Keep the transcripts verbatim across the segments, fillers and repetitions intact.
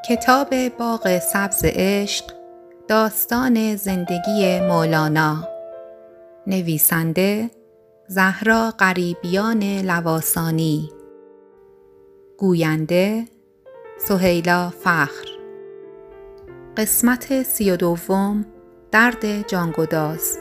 کتاب باغ سبز عشق، داستان زندگی مولانا. نویسنده زهرا غریبیان لواسانی. گوینده سهیلا فخر. قسمت سی و دوم. درد جانگداز.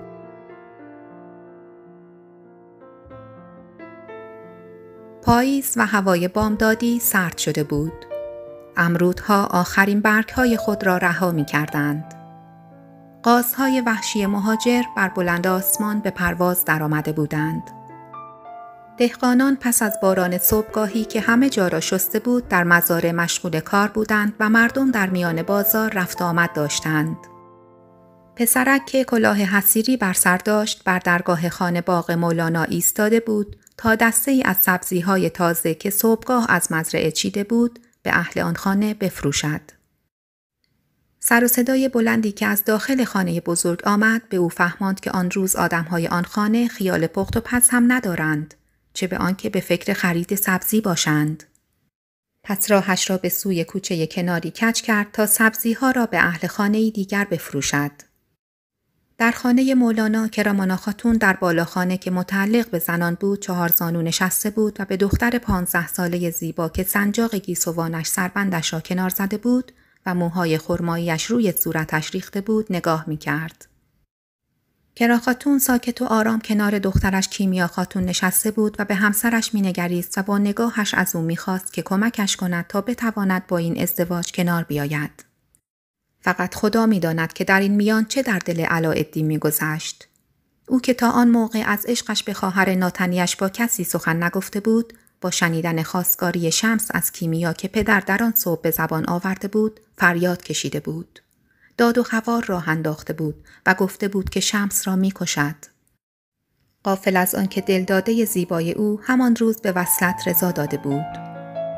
پاییز و هوای بامدادی سرد شده بود. امرودها آخرین برگ‌های خود را رها می‌کردند. قازهای وحشی مهاجر بر بلند آسمان به پرواز درآمده بودند. دهقانان پس از باران صبحگاهی که همه جا را شسته بود در مزارع مشغول کار بودند و مردم در میان بازار رفت آمد داشتند. پسرک که کلاه حصیری بر سر داشت بر درگاه خانه باغ مولانا ایستاده بود تا دسته ای از سبزی‌های تازه که صبحگاه از مزرعه چیده بود به اهل آن خانه بفروشد. سر و صدای بلندی که از داخل خانه بزرگ آمد به او فهماند که آن روز آدم‌های آن خانه خیال پخت و پز هم ندارند، چه به آنکه به فکر خرید سبزی باشند. پس راهش را به سوی کوچه کناری کج کرد تا سبزی‌ها را به اهل خانه‌ای دیگر بفروشد. در خانه مولانا کرامانا خاتون در بالاخانه که متعلق به زنان بود چهار زانو نشسته بود و به دختر پانزده ساله زیبا که سنجاق گیسوانش سربندش را کنار زده بود و موهای خرماییش روی صورتش ریخته بود نگاه می کرد. کرا خاتون ساکت و آرام کنار دخترش کیمیا خاتون نشسته بود و به همسرش می نگریست و با نگاهش از او می خواست که کمکش کند تا بتواند با این ازدواج کنار بیاید. فقط خدا می داند که در این میان چه در دل علاءالدین می گذشت. او که تا آن موقع از عشقش به خواهر ناتنیش با کسی سخن نگفته بود، با شنیدن خواستگاری شمس از کیمیا که پدر در آن صبح به زبان آورده بود، فریاد کشیده بود. داد و خوار راه انداخته بود و گفته بود که شمس را می کشد. غافل از آن که دلداده زیبای او همان روز به وصلت رضا داده بود.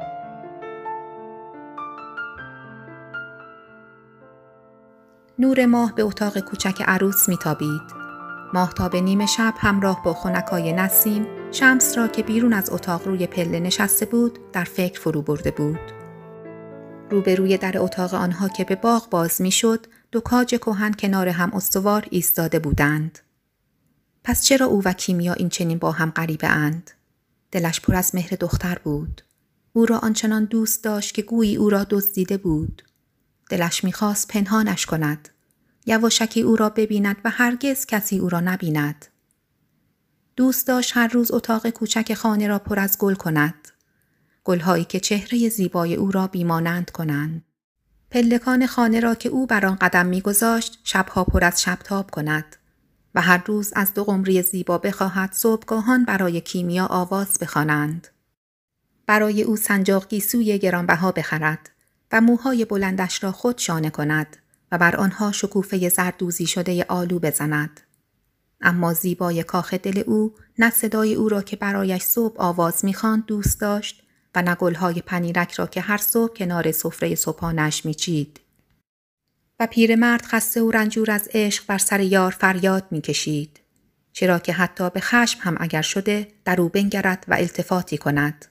نور ماه به اتاق کوچک عروس میتابید. ماهتاب نیمه شب همراه با خنکای نسیم شمس را که بیرون از اتاق روی پله نشسته بود در فکر فرو برده بود. روبروی در اتاق آنها که به باغ باز میشد دو کاج کهن کنار هم استوار ایستاده بودند. پس چرا او و کیمیا این چنین با هم غریبه اند؟ دلش پر از مهر دختر بود. او را آنچنان دوست داشت که گویی او را دزدیده بود. دلش می‌خواست پنهانش کند. یواشکی او را ببیند و هرگز کسی او را نبیند. دوست داشت هر روز اتاق کوچک خانه را پر از گل کند. گل‌هایی که چهره زیبای او را بیمانند کنند. پلکان خانه را که او بر آن قدم می‌گذاشت شب‌ها پر از شبتاب کند و هر روز از دو قمری زیبا بخواهد صبحگاهان برای کیمیا آواز بخوانند. برای او سنجاق گیسوی گرانبها بخرد و موهای بلندش را خود شانه کند و بر آنها شکوفه زردوزی شده آلو بزند. اما زیبای کاخ دل او نه صدای او را که برایش صبح آواز می‌خواند دوست داشت و نه گل‌های پنیرک را که هر صبح کنار سفره صبحانه‌اش می‌چید. و پیرمرد خسته و رنجور از عشق بر سر یار فریاد می‌کشید، چرا که حتی به خشم هم اگر شده در او بنگرد و التفاتی کند.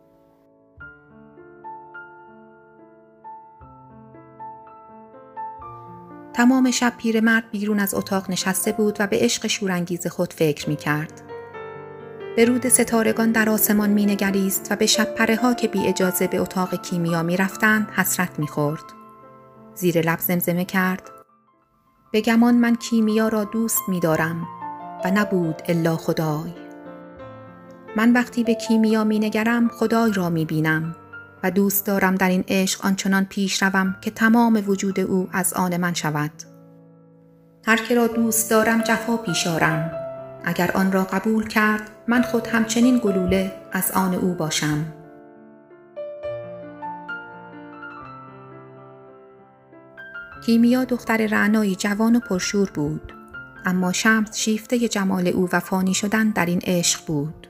تمام شب پیرمرد بیرون از اتاق نشسته بود و به عشق شورانگیز خود فکر می کرد. به رود ستارگان در آسمان می نگریست و به شب پره ها که بی اجازه به اتاق کیمیا می رفتند حسرت می خورد. زیر لب زمزمه کرد: به گمان من کیمیا را دوست می دارم و نبود الا خدای. من وقتی به کیمیا می نگرم خدای را می بینم و دوست دارم در این عشق آنچنان پیش روم که تمام وجود او از آن من شود. هر که را دوست دارم جفا پیش آرم. اگر آن را قبول کرد من خود همچنین گلوله از آن او باشم. کیمیا دختر رعنایی جوان و پرشور بود، اما شمس شیفته جمال او و فانی شدن در این عشق بود.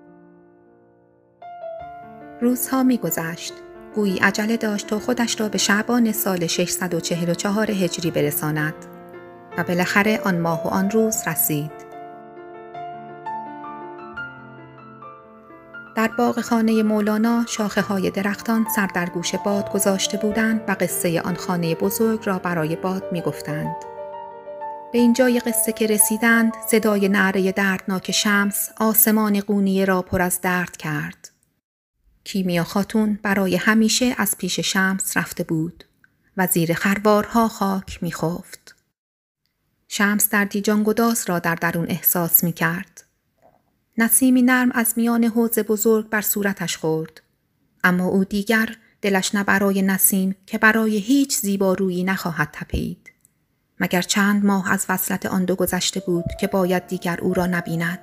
روزها می گذشت. گویی عجله داشت تا خودش را به شعبان سال ششصد و چهل و چهار هجری برساند و بالاخره آن ماه و آن روز رسید. در باغ خانه مولانا شاخه های درختان سر در گوش باد گذاشته بودند و قصه آن خانه بزرگ را برای باد می گفتند. به اینجای قصه که رسیدند، صدای نعره دردناک شمس آسمان قونیه را پر از درد کرد. کیمیا خاتون برای همیشه از پیش شمس رفته بود و زیر خروارها خاک می خفت. شمس دردی جانگداز را در درون احساس می کرد. نسیمی نرم از میان حوض بزرگ بر صورتش خورد. اما او دیگر دلش نه برای نسیم که برای هیچ زیبارویی نخواهد تپید. مگر چند ماه از وصلت آن دو گذشته بود که باید دیگر او را نبیند.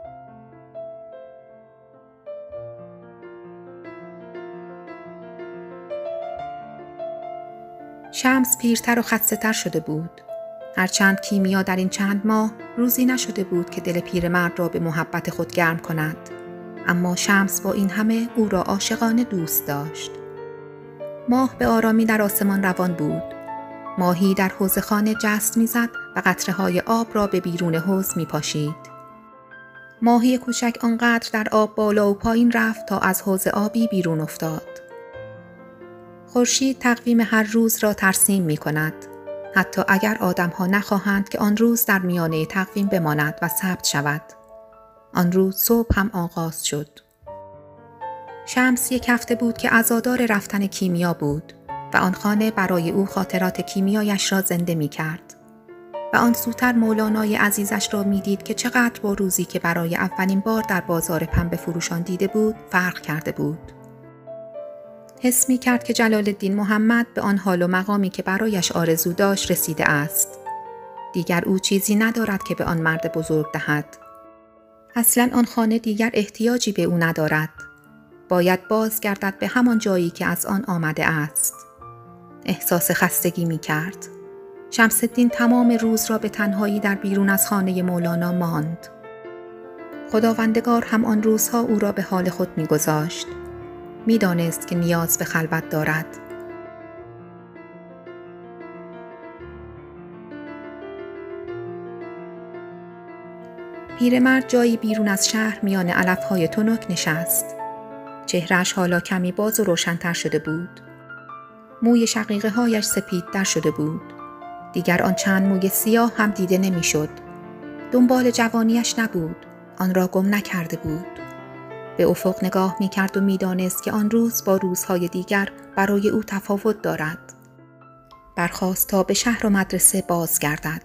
شمس پیرتر و خسته‌تر شده بود. هرچند کیمیا در این چند ماه روزی نشده بود که دل پیرمرد را به محبت خود گرم کند، اما شمس با این همه او را عاشقانه دوست داشت. ماه به آرامی در آسمان روان بود. ماهی در حوض خانه جست می‌زد و قطره‌های آب را به بیرون حوض می‌پاشید. ماهی کوچک آنقدر در آب بالا و پایین رفت تا از حوض آبی بیرون افتاد. خورشید تقویم هر روز را ترسیم می‌کند، حتی اگر آدم‌ها نخواهند که آن روز در میانه تقویم بماند و ثبت شود. آن روز صبح هم آغاز شد. شمس یک هفته بود که عزادار رفتن کیمیا بود و آن خانه برای او خاطرات کیمیایش را زنده می کرد. و آن سوتر مولانای عزیزش را می دید که چقدر با روزی که برای اولین بار در بازار پنبه فروشان دیده بود فرق کرده بود. حس می کرد که جلال الدین محمد به آن حال و مقامی که برایش آرزو داشت رسیده است. دیگر او چیزی ندارد که به آن مرد بزرگ دهد. اصلاً آن خانه دیگر احتیاجی به او ندارد. باید بازگردد به همان جایی که از آن آمده است. احساس خستگی می کرد. شمس الدین تمام روز را به تنهایی در بیرون از خانه مولانا ماند. خداوندگار هم آن روزها او را به حال خود می گذاشت. می دانست که نیاز به خلوت دارد. پیرمرد جایی بیرون از شهر میان علف‌های تنک نشست. چهرهش حالا کمی باز و روشن‌تر شده بود. موی شقیقه هایش سپیدتر شده بود. دیگر آن چند موی سیاه هم دیده نمی‌شد. دنبال جوانیش نبود، آن را گم نکرده بود. به افق نگاه می‌کرد و می‌دانست که آن روز با روزهای دیگر برای او تفاوت دارد. برخاست تا به شهر و مدرسه بازگردد.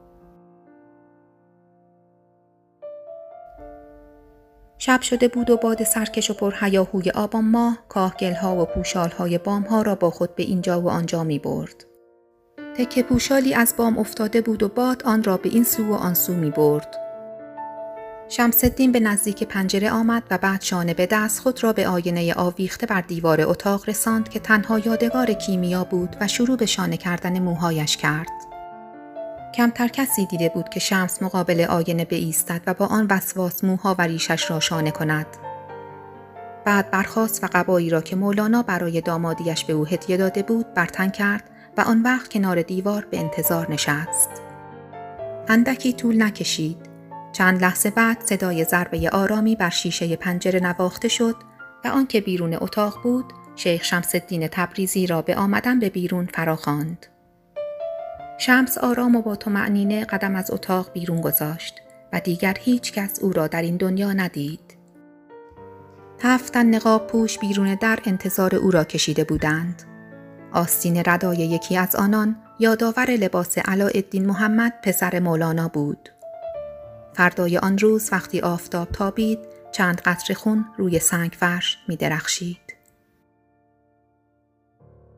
شب شده بود و باد سرکش و پرهیاهوی آبان ماه کاهگل‌ها و پوشال‌های بام‌ها را با خود به اینجا و آنجا می‌برد. تکه پوشالی از بام افتاده بود و باد آن را به این سو و آن سو می‌برد. شمس الدین به نزدیک پنجره آمد و بعد شانه به دست خود را به آینه آویخته بر دیوار اتاق رساند که تنها یادگار کیمیا بود و شروع به شانه کردن موهایش کرد. کمتر کسی دیده بود که شمس مقابل آینه بایستد و با آن وسواس موها و ریشش را شانه کند. بعد برخاست و قبایی را که مولانا برای دامادیش به او هدیه داده بود برتن کرد و آن وقت کنار دیوار به انتظار نشست. اندکی طول نکشید. چند لحظه بعد صدای ضربه آرامی بر شیشه پنجره نواخته شد و آن که بیرون اتاق بود شیخ شمس الدین تبریزی را به آمدن به بیرون فراخواند. شمس آرام و با طمأنینه قدم از اتاق بیرون گذاشت و دیگر هیچ کس او را در این دنیا ندید. هفت تن نقاب پوش بیرون در انتظار او را کشیده بودند. آستین ردای یکی از آنان یادآور لباس علاءالدین محمد پسر مولانا بود. فردای آن روز وقتی آفتاب تابید چند قطره خون روی سنگ فرش می درخشید.